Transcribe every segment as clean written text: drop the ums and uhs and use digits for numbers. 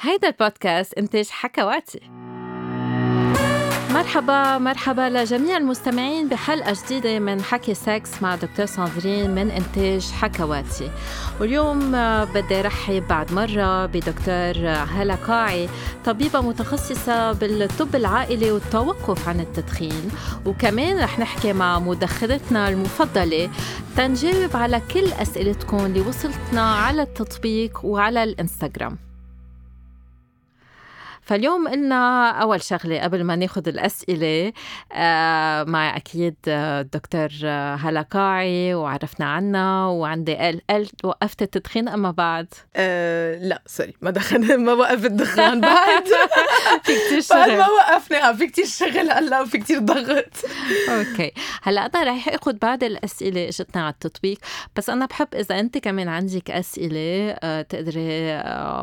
هيدا البودكاست إنتاج حكواتي. مرحبا لجميع المستمعين بحلقة جديدة من حكي سكس مع دكتور ساندرين من إنتاج حكواتي. واليوم بدي رحب بعد مرة بدكتور هلا قاعي، طبيبة متخصصة بالطب العائلي والتوقف عن التدخين، وكمان رح نحكي مع مدخنتنا المفضلة تنجاوب على كل أسئلتكم اللي وصلتنا على التطبيق وعلى الإنستغرام. فاليوم قلنا أول شغلة قبل ما ناخد الأسئلة مع أكيد الدكتور هلا قاعي، وعرفنا عنها وعندي قال وقفت التدخين أما بعد؟ لا سوري، ما وقفت الدخان بعد. في كتير بعد شغل. ما وقفنا في كتير شغل هلا وفي كتير ضغط. أوكي، هلا أنا رح أخذ بعض الأسئلة اجتنا على التطبيق، بس أنا بحب إذا أنت كمان عندك أسئلة تقدري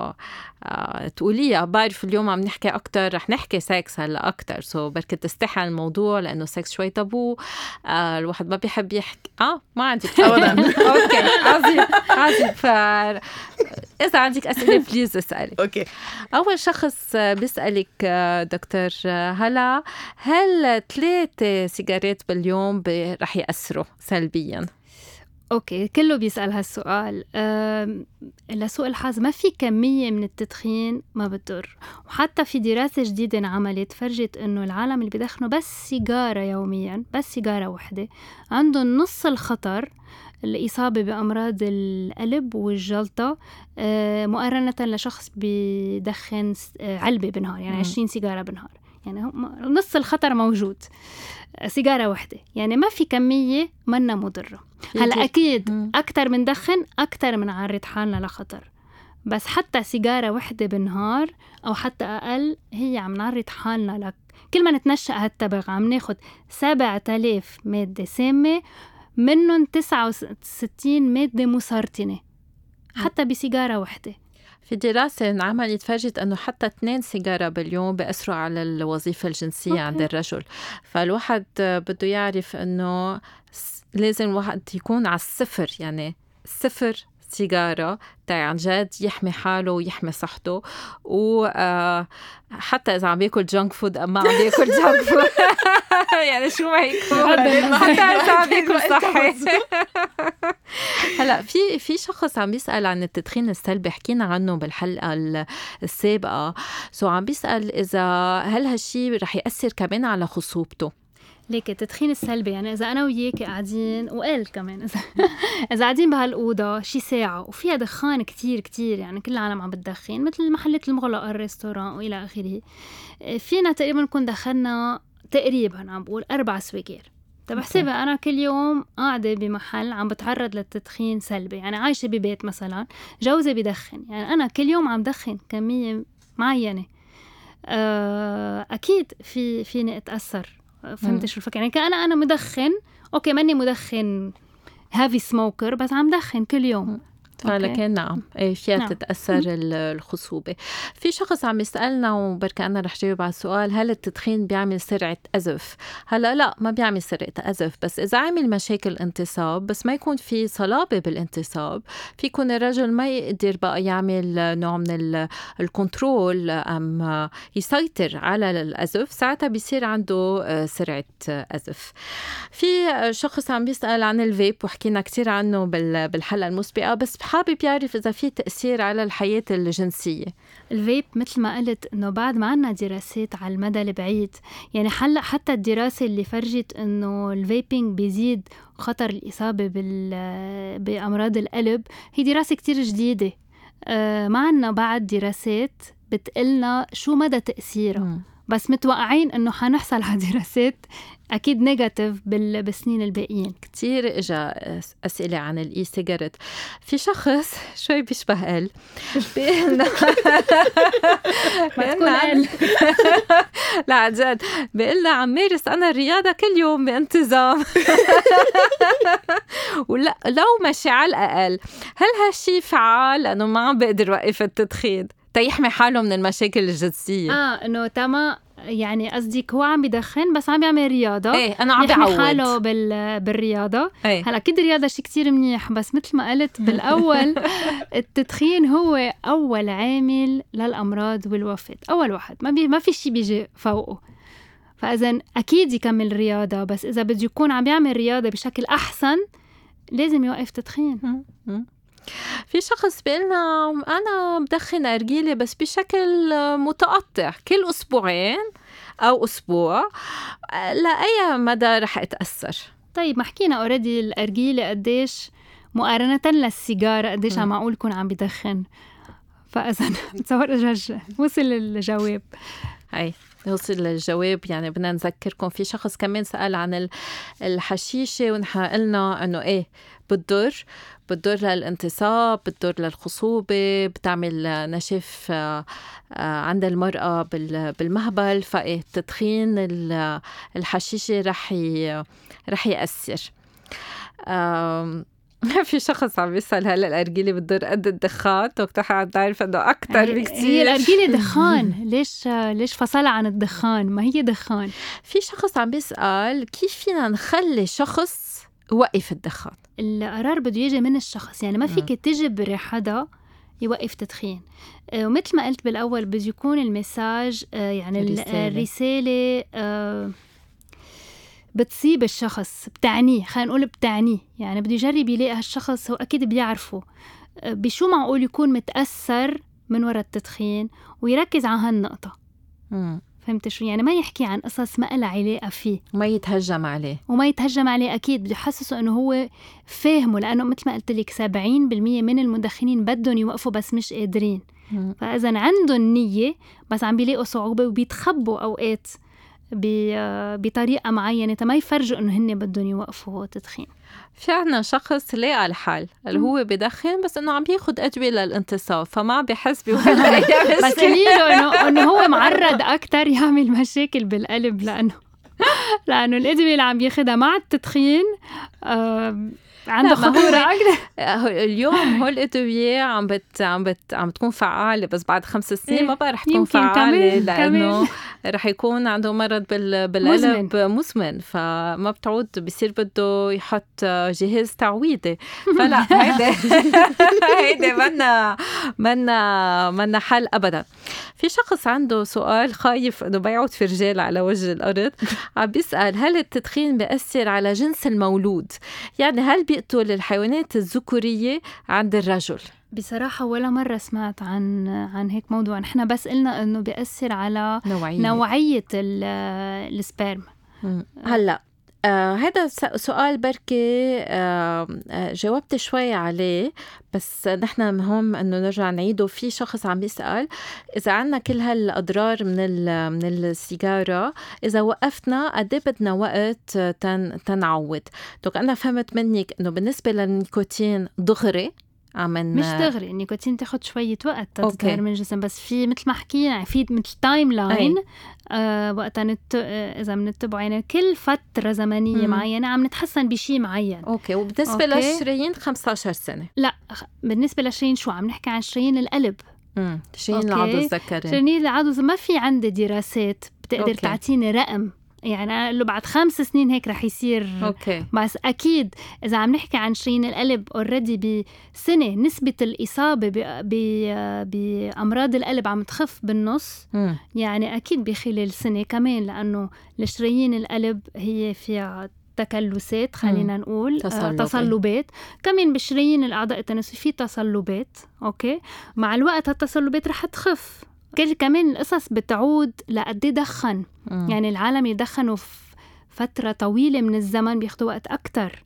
تقوليها. بعرف اليوم عم نحكي أكتر، رح نحكي سكس هلا أكتر، بركة تستحي الموضوع لأنه سكس شوي تابو. الواحد ما بيحب يحكي. ما عندك أبداً. أوكي، عظيم. إذا عندك أسئلة بليز اسألي. أوكي، أول شخص بيسألك دكتور هلا، هل 3 سيجارات باليوم رح يأثروا سلبياً؟ أوكي، كله بيسأل هالسؤال. لسوء الحظ ما في كمية من التدخين ما بتضر، وحتى في دراسة جديدة انعملت فرجت إنه العالم اللي بيدخنوا بس سيجارة يومياً، بس سيجارة واحدة، عندهم نص الخطر الإصابة بأمراض القلب والجلطة مقارنة لشخص بيدخن علبة بالنهار، يعني 20 سيجارة بالنهار. يعني نص الخطر موجود سيجارة واحدة، يعني ما في كمية منا مضرة. هلأ أكيد أكتر من دخن أكتر من عرض حالنا لخطر، بس حتى سيجارة واحدة بالنهار أو حتى أقل هي عم نعرض حالنا لك. كل ما نتنشأ هالتبغ عم ناخد 7000 مادة سامة، منهم 69 مادة مسرطنة حتى بسيجارة واحدة. في دراسة انعملت فرجت أنه حتى 2 سيجارة باليوم بيأثروا على الوظيفة الجنسية عند الرجل. فالواحد بده يعرف أنه لازم الواحد يكون على الصفر، يعني 0 سيجارة تاعي عن جد يحمي حاله ويحمي صحته. وحتى إذا عم بياكل جانك فود أما عم بياكل جانك فود يعني شو ما يكون، حتى إذا عم بياكل صحي. هلا في شخص عم بيسأل عن التدخين السلبي، حكينا عنه بالحلقة السابقة. عم بيسأل إذا هل هالشي رح يأثر كمان على خصوبته. ليك التدخين السلبي، يعني إذا أنا وياك قاعدين، وقال كمان إذا قاعدين بهالأوضة شي ساعة وفيها دخان كتير كتير، يعني كل العالم عم بتدخن مثل المحلات المغلقة، الريستوران وإلى آخره، فينا تقريبا نكون دخلنا تقريبا عم بقول 4 سويكير. طب احسبها، أنا كل يوم قاعدة بمحل عم بتعرض للتدخين سلبي، يعني عايشة ببيت مثلا جوزي بدخن، يعني أنا كل يوم عم دخن كمية معينة، أكيد فيني أتأثر. فهمت شو الفكرة؟ يعني كأنا أنا مدخن، أوكي ماني مدخن هافي سموكر، بس عم دخن كل يوم. فلكن نعم فيها تتأثر الخصوبة. في شخص عم يسألنا وبركة أنا رح جاوب على السؤال، هل التدخين بيعمل سرعة أزف؟ هلأ لا، ما بيعمل سرعة أزف، بس إذا عمل مشاكل انتصاب بس ما يكون في صلابة بالانتصاب، في يكون الرجل ما يقدر بقى يعمل نوع من الكنترول أم يسيطر على الأزف، ساعتها بيصير عنده سرعة أزف. في شخص عم يسأل عن الفيب، وحكينا كتير عنه بالحلقة المسبقة، بس حابب يعرف إذا في تأثير على الحياة الجنسية. الفيب مثل ما قلت إنه بعد ما عنا دراسات على المدى البعيد، يعني حتى الدراسة اللي فرجت إنه الفيبينج بيزيد خطر الإصابة بأمراض القلب، هي دراسة كتير جديدة. ما عنا بعد دراسات بتقلنا شو مدى تأثيره، بس متوقعين إنه حنحصل على دراسات أكيد نيجاتيف بالسنين الباقيين. كتير إجا أسئلة عن الإي سيجارت. في شخص شوي بيشبه قال بيقلنا لا عجد، بيقلنا عم مارس أنا الرياضة كل يوم بانتظام لو ماشي على الأقل، هل هالشي فعال لأنه ما عم بقدر وقف التدخين؟ تيحمي حاله من المشاكل الجنسية. إنه تمام، يعني قصدك هو عم بدخن بس عم بيعمل رياضة. ايه أنا عم يحمي بعود حاله بالرياضة. ايه. هلا أكيد الرياضة شيء كتير منيح، بس مثل ما قلت بالأول التدخين هو أول عامل للأمراض والوفاة، أول واحد، ما في شيء بيجي فوقه. فإذا أكيد يكمل رياضة، بس إذا بده يكون عم يعمل رياضة بشكل أحسن لازم يوقف تدخين. في شخص بيقلنا أنا بدخن أرجيلة بس بشكل متقطع كل أسبوعين أو أسبوع، لأي مدى رح أتأثر؟ طيب ما حكينا أوريدي الأرجيلة قديش مقارنة للسيجارة قديش عم معقول يكون عم بدخن. فإذا تصور وصل الجواب. هاي وصل للجواب. يعني بدنا نذكركم في شخص كمان سأل عن الحشيشة، ونحن قلنا إنه إيه بتضر للانتصاب، بتضر للخصوبة، بتعمل نشف عند المرأة بالمهبل. فإيه تدخين الحشيشة رح يأثر. في شخص عم يسأل هلا الأرجيلة بتضر قد الدخان؟ وقتها عم تعرف إنه أكتر بكتير. هي الأرجيلة دخان، ليش فصلها عن الدخان؟ ما هي دخان. في شخص عم بيسأل كيف فينا نخلي شخص وقف الدخان؟ القرار بده يجي من الشخص، يعني ما فيك تجبري حدا يوقف تدخين. ومثل ما قلت بالأول بده يكون المساج، يعني الرسالة بتصيب الشخص، بتعنيه، خلينا نقول بتعنيه. يعني بده يجرب يلاقي هالشخص هو أكيد بيعرفه بشو معقول يكون متأثر من وراء التدخين، ويركز على هالنقطة. فهمت شو يعني؟ ما يحكي عن قصص ما لها علاقة فيه، وما يتهجم عليه. أكيد بده يحسسه إنه هو فاهمه، لأنه مثل ما قلت لك 70% من المدخنين بدهم يوقفوا بس مش قادرين. فإذا عندهم نية بس عم بيلاقوا صعوبة وبيتخبوا أوقات بطريقة معينة ما يفرجوا إنه هن بدهم يوقفوا تدخين. في عنا شخص لاقى الحل اللي هو بدخن بس إنه عم بياخد أدوية للانتصاب، فما بيحس بولا بس قليله إنه هو معرض أكتر يعمل مشاكل بالقلب، لأنه الأدوية اللي عم بياخدها مع التدخين عنده خطورة أكتر. اليوم هول الأدوية عم تكون فعالة، بس بعد 5 سنين ما بقى رح تكون فعالة، لأنه رح يكون عنده مرض بالقلب مزمن، فما بتعود بيصير بده يحط جهاز تعويضي. فلا هيدا منا حل أبدا. في شخص عنده سؤال خايف إنه بيعود في رجال على وجه الأرض، عم بيسأل هل التدخين بيأثر على جنس المولود؟ يعني هل بيقتل الحيوانات الذكورية عند الرجل؟ بصراحة ولا مرة سمعت عن هيك موضوع. نحن بس قلنا إنه بيأثر على نوعية السبرم. هلأ هذا سؤال بركي جاوبت شوي عليه، بس نحن مهم أنه نرجع نعيده. في شخص عم بيسأل إذا عنا كل هالأضرار من السيجارة، إذا وقفتنا قد بدنا وقت تنعود؟ دوك أنا فهمت منك أنه بالنسبة للنيكوتين دغري مش دغري، النيكوتين تاخد شوية وقت تتظاهر من الجسم، بس في مثل ما حكينا في مثل تايم لاين وقتا إذا بنتبعه يعني كل فترة زمنية معينة عم نتحسن بشي معين. أوكي. وبالنسبة للشرايين 15 سنة؟ لا، بالنسبة للشرايين شو عم نحكي عن شرايين القلب. شرايين العضو الذكري. شرايين العضو ما في عندي دراسات بتقدر تعطيني رقم، يعني قال له بعد 5 سنين هيك رح يصير. بس أكيد إذا عم نحكي عن شرايين القلب أوريدي بسنة نسبة الإصابة بأمراض القلب عم تخف بالنص. يعني أكيد بخلال سنة كمان، لأنه الشرايين القلب هي فيها تكلسات، خلينا نقول تصلبات. كمان بشرايين الأعضاء التناسلية في تصلبات. أوكي، مع الوقت هالتصلبات رح تخف. كمان القصص بتعود لقد دخن. يعني العالم يدخنوا في فترة طويلة من الزمن بياخدوا وقت أكتر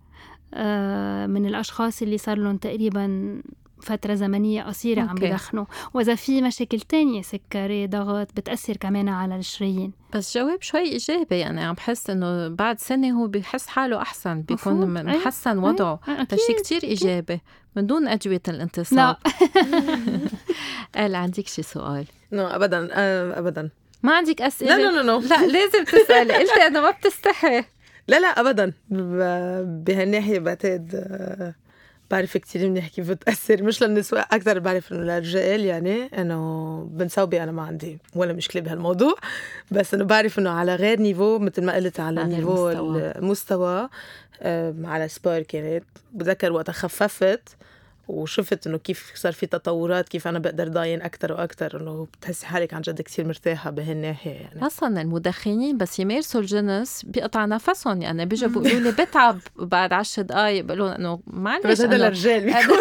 من الأشخاص اللي صار لهم تقريبا فترة زمنية قصيرة عم بيدخنوا. وإذا في مشاكل تانية سكري ضغط بتأثر كمان على الشرايين. بس جواب شوي إيجابي، يعني عم بحس إنه بعد سنة هو بيحس حاله أحسن، بيكون محسن وضعه. فشي كتير إيجابي من دون أدوية الانتصاب. قال عندك شي سؤال؟ أبدا ما عندك أسئلة؟ لا لا لازم تسألي. قلت أنا ما بتستحي. لا أبدا. بهالناحية بعرف كتير منيح كيف بتأثر، مش للنسوة أكتر، بعرف إنه للرجال يعني إنه بنسوبي أنا ما عندي ولا مشكلة بهالموضوع، بس إنه بعرف إنه على غير نيفو مثل ما قلت على نيفو المستوى على سبار كانت. بذكر وقت خففت وشفت إنه كيف صار في تطورات، كيف أنا بقدر ضاين أكتر وأكتر، إنه بتحسي حالك عن جد كتير مرتاحة بهالناحية يعني. أصلاً المدخنين بس يمارسوا الجنس بيقطع نفسهم، يعني بيجوا بيقولوا لي بتعب بعد 10 دقايق، بقولوا إنه معلش بس هذا للرجال بيكون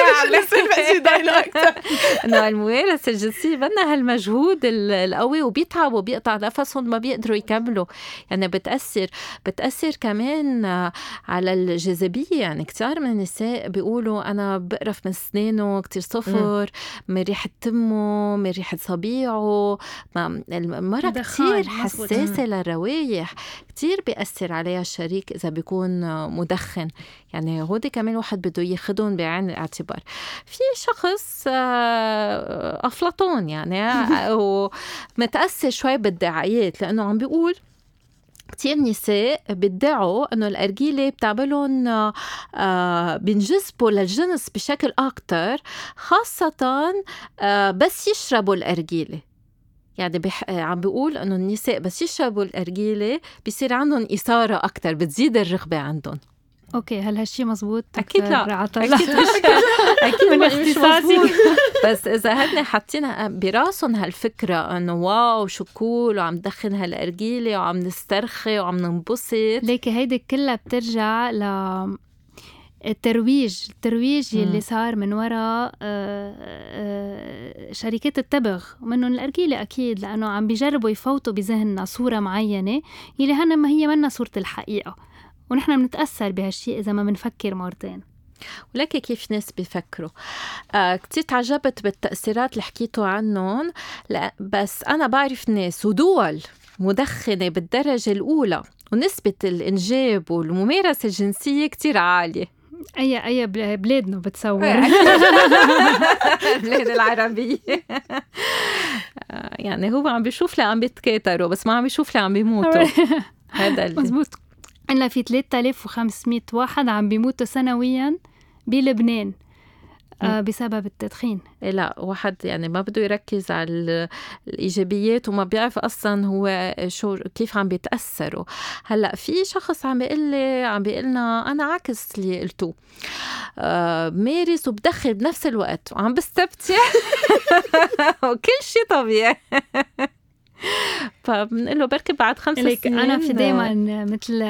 إنه الممارسة الجنسية بدنا هالمجهود القوي وبيتعبوا بيقطع نفسهم ما بيقدروا يكملوا، يعني بتأثر كمان على الجاذبية. يعني كتير من النساء بيقولوا أنا بقرف من سنانه كتير صفر، من ريحة تمه، من ريحة صبيعه. المرأة كتير حساسة للروايح، كتير بيأثر عليها الشريك إذا بيكون مدخن. يعني هودي كمان واحد بده ياخدون بعين الاعتبار. في شخص أفلاطون يعني ومتأثر شوي بالدعايات، لأنه عم بيقول كتير نساء بيدعوا انه الارجيله بتعملهم بينجذبوا للجنس بشكل اكتر، خاصه بس يشربوا الارجيله. يعني عم بيقول انه النساء بس يشربوا الارجيله بيصير عندهم اثاره اكتر، بتزيد الرغبه عندهم. اوكي، هل هالشي مزبوط؟ اكيد لا، اكيد مش مزبوط. بس اذا هن حاطين براسهم هالفكره انه واو شو كول وعم دخن هالارجيله وعم نسترخي وعم ننبسط، ليكي هيدي كلها بترجع ل الترويج اللي صار من وراء شركات التبغ، ومنهم الأرجيلة أكيد، لأنه عم بيجربوا يفوتوا بذهننا صورة معينة يلي هنا ما هي منا صورة الحقيقة، ونحن بنتأثر بهالشيء إذا ما بنفكر مرتين. ولكن كيف ناس بيفكروا. كتير تعجبت بالتأثيرات اللي حكيتوا عنهم. لا بس أنا بعرف ناس ودول مدخنة بالدرجة الأولى ونسبة الإنجاب والممارسة الجنسية كتير عالية. أي بلادنا بتصور البلاد العربية. يعني هو عم بيشوف لي عم بيتكاتروا، بس ما عم بيشوف لي عم بيموتوا. هذا مزبوط. إلا في 3500 واحد عم بيموتوا سنوياً بلبنان بسبب التدخين. لا واحد يعني ما بده يركز على الإيجابيات وما بيعرف أصلاً هو شو كيف عم بيتأثروا. هلأ في شخص عم بيقلنا أنا عكس اللي قلتوه، مارس وبدخل بنفس الوقت وعم بستمتع وكل شيء طبيعي. فبنقول له بركب بعد 5 سنين. أنا في دايما مثل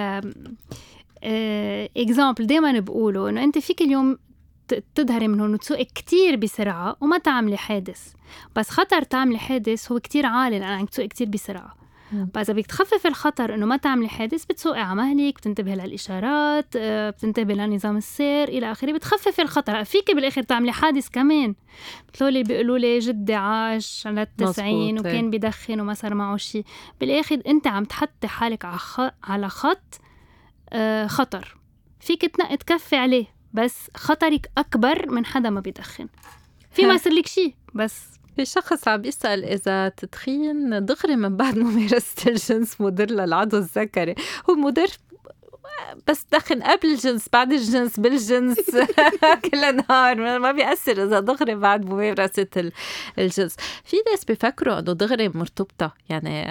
إكزامبل دايما بقوله إنه أنت فيك اليوم تظهري من هون وتسوقي كتير بسرعة وما تعملي حادث، بس خطر تعملي حادث هو كتير عالي لأن عم تسوقي كتير بسرعة. بس إذا بدك تخفف الخطر إنه ما تعملي حادث، بتسوقي على مهلك، بتنتبهي للإشارات، بتنتبهي لنظام السير إلى آخره، بتخففي الخطر. فيك بالآخر تعملي حادث كمان. مثل اللي بيقولوا لي جدي عاش على 90 وكان بدخن وما صار معه شيء، بالآخر أنت عم تحطي حالك على خط خطر. فيك تكفي عليه، بس خطرك أكبر من حدا ما بيدخن. في ما يصير لك شيء. بس في شخص عم يسأل إذا تدخين دغري من بعد ممارسة الجنس مضر للعضو الذكري. هو مضر بس دخن قبل الجنس بعد الجنس بالجنس كل نهار ما بيأثر إذا دغري بعد ممارسة الجنس. في ناس بيفكروا إنه دغري مرتبطة، يعني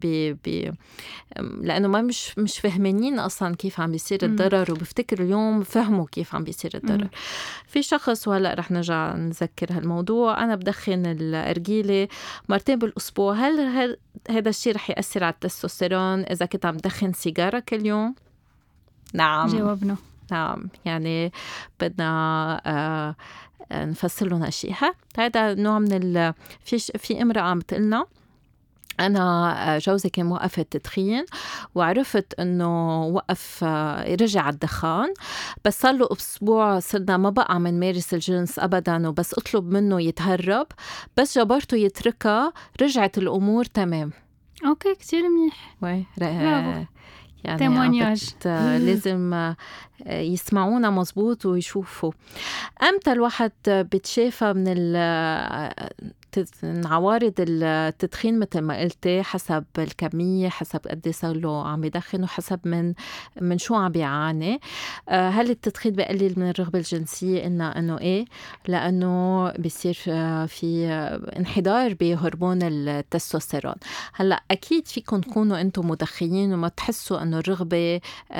لأنه ما مش فهمانين أصلا كيف عم بيصير الضرر، وبفتكر اليوم فهموا كيف عم بيصير الضرر. في شخص وهلأ رح نرجع نذكر هالموضوع، أنا بدخن الأرجيلة 2 مرات بالأسبوع، هل هذا الشيء رح يأثر على التستوستيرون إذا كنت عم بدخن سيجارة كل يوم؟ نعم. جاوبنا نعم. يعني بدنا نفصل لهم هالشيء. هذا نوع من في امرأة عم تقلنا أنا جوزي كان موقف التدخين وعرفت أنه وقف رجع الدخان، بس صار له أسبوع صرنا ما بقى من مارس الجنس أبداً، وبس أطلب منه يتهرب، بس جبرته يتركها رجعت الأمور تمام. أوكي كتير منيح. يعني لازم يسمعونا مزبوط ويشوفوا. أمتى الواحد بتشافى من عوارض التدخين مثل ما قلتي حسب الكمية، حسب قد صار له عم يدخن، وحسب من شو عم بيعاني. هل التدخين بقلل من الرغبة الجنسية؟ إنه إيه، لأنه بيصير في انحدار بهرمون التستوستيرون. هلأ أكيد فيكم تكونوا أنتم مدخنين وما تحسوا أنه الرغبة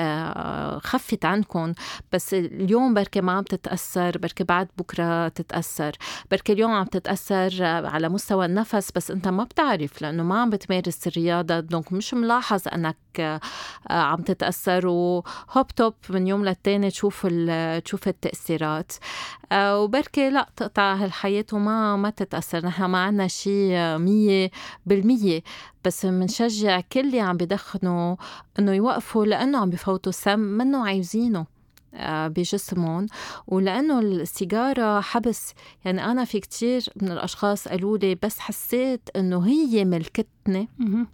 خفت عنكم، بس اليوم بركة ما عم تتأثر، بركة بعد بكرة تتأثر، بركة اليوم عم تتأثر على مستوى النفس بس أنت ما بتعرف لأنه ما عم بتمارس الرياضة، دونك مش ملاحظ أنك عم تتأثر، وهوب توب من يوم للتاني تشوف التأثيرات. وبركة لا تقطع هالحياة وما تتأثر. نحن ما عنا شيء 100%، بس منشجع كل اللي عم بدخنوا إنه يوقفوا، لأنه عم بفوتوا سم منه عايزينه بجسمهم، ولأنه السيجارة حبس. يعني أنا في كتير من الأشخاص قالوا لي بس حسيت إنه هي ملكتني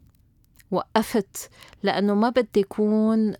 وقفت، لأنه ما بدي يكون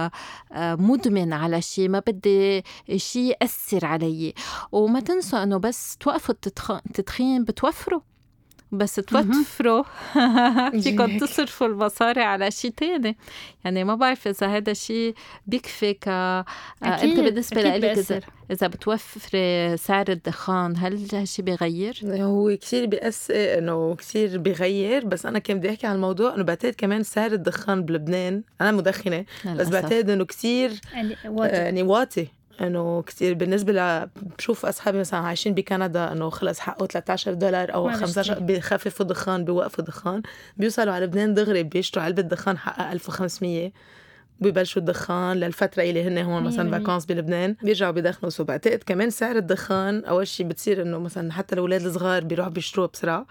مدمن على شيء، ما بدي شيء يأثر علي. وما تنسوا أنه بس توقفوا التدخين بتوفروا، بس توفروا فيكم تصرفوا المصاري على شيء تاني. يعني ما بعرف إذا هذا شيء بيكفي أنت بالنسبة لك إذا بتوفري سعر الدخان، هل هالشي بيغير؟ هو كتير بيأثر، إنه كتير بيغير، بس أنا كم بدي أحكي عن الموضوع إنه بعتقد كمان سعر الدخان بلبنان، أنا مدخنة بس بعتقد إنه كتير يعني واطي، إنه كتير بالنسبة بشوف أصحابي مثلا عايشين بكندا إنه خلص حقه $13 أو 15 بيخففوا دخان، بيوقفوا دخان، بيوصلوا على لبنان دغري بيشتروا علبة دخان حقها 1500، بيبلشوا الدخان للفترة اللي هن هون مثلا فاكانس بلبنان، بيرجعوا بيدخنوا. سو بعتقد كمان سعر الدخان أول شيء بتصير إنه مثلا حتى الأولاد الصغار بيروحوا بيشتروه بسرعة،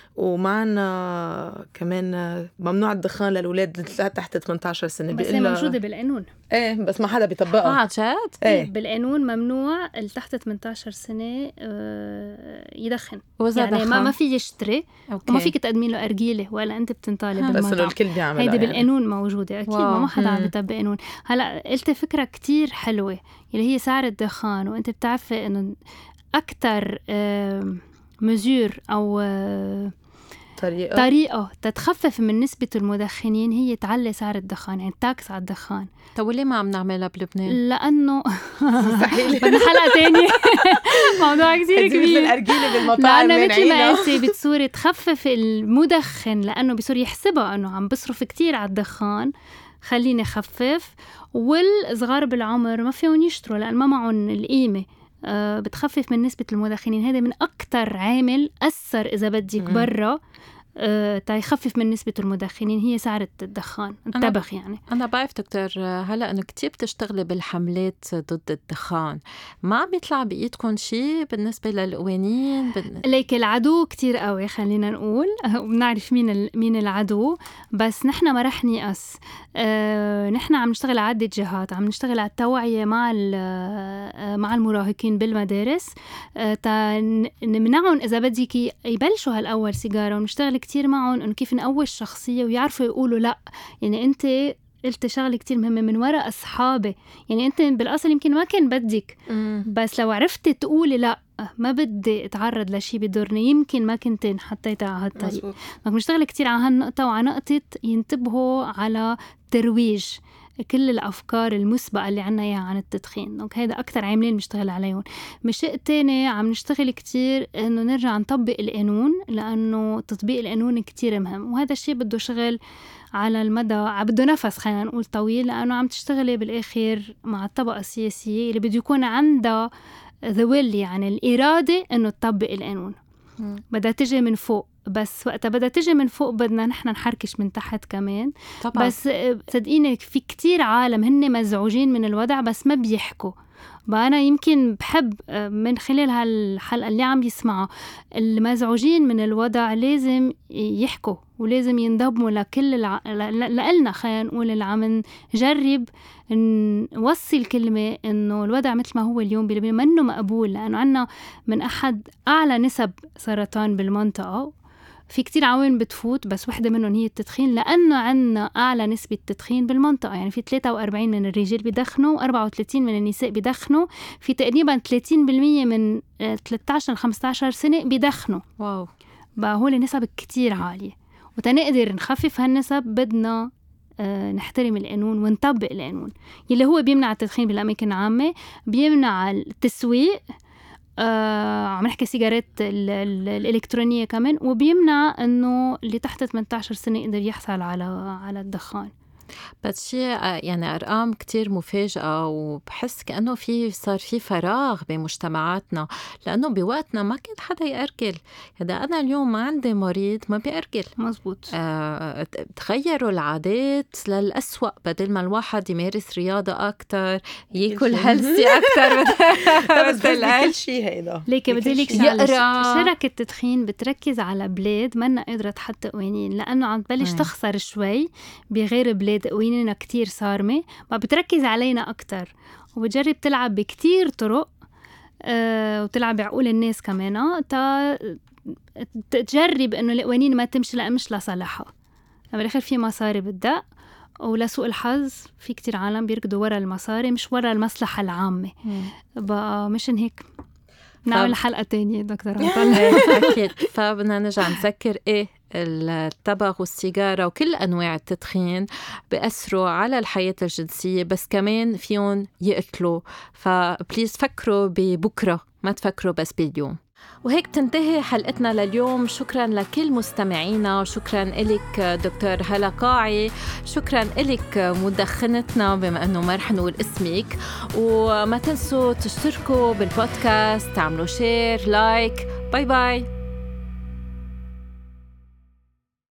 ومعنا كمان ممنوع الدخان للأولاد تحت 18 سنة، بس هي موجودة بالقانون. ايه بس ما حدا بيطبقها. جد؟ ايه بالقانون ممنوع تحت 18 سنة يدخن، يعني ما في يشتري وما فيك تقدمي له أرجيلة ولا أنت بتنطالب بالمطعم، بس إنه الكل بيعمل هيدي بالقانون موجودة أكيد. ما حدا عم يطبق قانون. هلا قلت فكرة كتير حلوة اللي هي سعر الدخان، وأنت بتعرفي إنه أكتر مزور أو طريقة تتخفف من نسبة المدخنين هي تعلي سعر الدخان، يعني تاكس على الدخان. طب وليه ما عم نعملها بلبنان؟ لأنه بدنا حلقة تانية موضوع كتير كبير. الأرجيلة بالمطاعم لأنه مثل ما قلتي بتصوري تخفف المدخن، لأنه بصير يحسبها أنه عم بصرف كتير على الدخان، خليني أخفف. والصغار بالعمر ما فيهم يشتروا لأن ما معهم القيمة، بتخفف من نسبة المدخنين. هذا من أكتر عامل أثر إذا بدك برا تيخفف من نسبة المدخنين، هي سعر الدخان التبغ. يعني أنا بعرف دكتور هلأ أنه كتير بتشتغلي بالحملات ضد الدخان، ما عم يطلع بإيدكم شيء بالنسبة للقوانين؟ ليك العدو كتير قوي، خلينا نقول وبنعرف مين العدو، بس نحن ما رح نيأس. نحن عم نشتغل على عدة جهات، عم نشتغل على التوعية مع المراهقين بالمدارس، نمنعهم إذا بدك يبلشوا هالأول سيجارة، ونشتغل كتير معهم إنه كيف نقوي الشخصية ويعرفوا يقولوا لأ. يعني أنت قلت شغلة كتير مهمة من وراء أصحابي، يعني أنت بالأصل يمكن ما كان بدك، بس لو عرفت تقولي لأ ما بدي أتعرض لشي بيضرني، يمكن ما كنت حطيتها على هالطريق. بنشتغل كتير على هالنقطة، وعلى نقطة ينتبهوا على ترويج كل الأفكار المسبقة اللي عنا إياها عن التدخين. دونك هيدا أكتر عاملين بنشتغل عليهم. شيء تاني عم نشتغل كتير إنه نرجع نطبق القانون، لأنه تطبيق القانون كتير مهم، وهذا الشيء بده شغل على المدى، بده نفس خلينا نقول طويل، لأنه عم تشتغلي بالآخر مع الطبقة السياسية اللي بده يكون عندها ذويل، يعني الإرادة إنه تطبق القانون. بدها تجي من فوق، بس وقتها بدها تجي من فوق بدنا نحن نحركش من تحت كمان طبعا. بس صدقيني في كتير عالم هن مزعوجين من الوضع بس ما بيحكوا. أنا يمكن بحب من خلال هالحلقة اللي عم يسمعوا المزعوجين من الوضع لازم يحكوا، ولازم ينضموا لكل لنا خلينا نقول اللي عم نجرب نوصل الكلمة إنه الوضع مثل ما هو اليوم بلبنان منه مقبول، لأنه عنا من أحد أعلى نسب سرطان بالمنطقة. في كتير عوامل بتفوت، بس واحدة منهم هي التدخين، لأنه عنا أعلى نسبة تدخين بالمنطقة. يعني في 43 من الرجال بيدخنوا، 34 من النساء بيدخنوا، في تقريبا 30% من 13 ل 15 سنة بيدخنوا. واو. بقى هول نسب كتير عالية، وتنقدر نخفف هالنسب بدنا نحترم القانون ونطبق القانون يلي هو بيمنع التدخين بالأماكن العامة، بيمنع التسويق، عم نحكي سيجارات الإلكترونية كمان، وبيمنع إنه اللي تحت 18 سنة يقدر يحصل على الدخان. بس شيء يعني أرقام كتير مفاجئة، وبحس كأنه صار في فراغ بمجتمعاتنا، لأنه بوقتنا ما كان حدا يأرجل. إذا أنا اليوم ما عندي مريض ما بيأرجل. مزبوط. تغيروا العادات للأسوأ، بدل ما الواحد يمارس رياضة أكتر، يأكل هيلثي أكتر. بس كل شيء هيدا ليك بدي لك يقرأ. شركة التدخين بتركز على بلاد ما قادرة تحط قوانين، لأنه عم تبلش تخسر شوي بغير بلاد قوانيننا كتير صارمة، ما بتركز علينا أكتر، وبتجرب تلعب بكتير طرق وتلعب بعقول الناس كمان تجرب إنه القوانين ما تمشي مش لصالحها. بالآخر في مصاري بالدق، ولسوء الحظ في كتير عالم بيركضوا ورا المصاري مش ورا المصلحة العامة. بقى مشان هيك نعمل حلقة تانية دكتور عطل. أكيد. فبدنا نرجع نذكر التبغ والسيجارة وكل أنواع التدخين بيأثروا على الحياة الجنسية، بس كمان فيهم يقتلوا. فبليز فكروا ببكرة، ما تفكروا بس باليوم. وهيك تنتهي حلقتنا لليوم. شكرا لكل مستمعينا، وشكرا إلك دكتور هلا قاعي، شكرا إلك مدخنتنا بما أنه ما رح نقول اسمك. وما تنسوا تشتركوا بالبودكاست، تعملوا شير لايك. باي باي.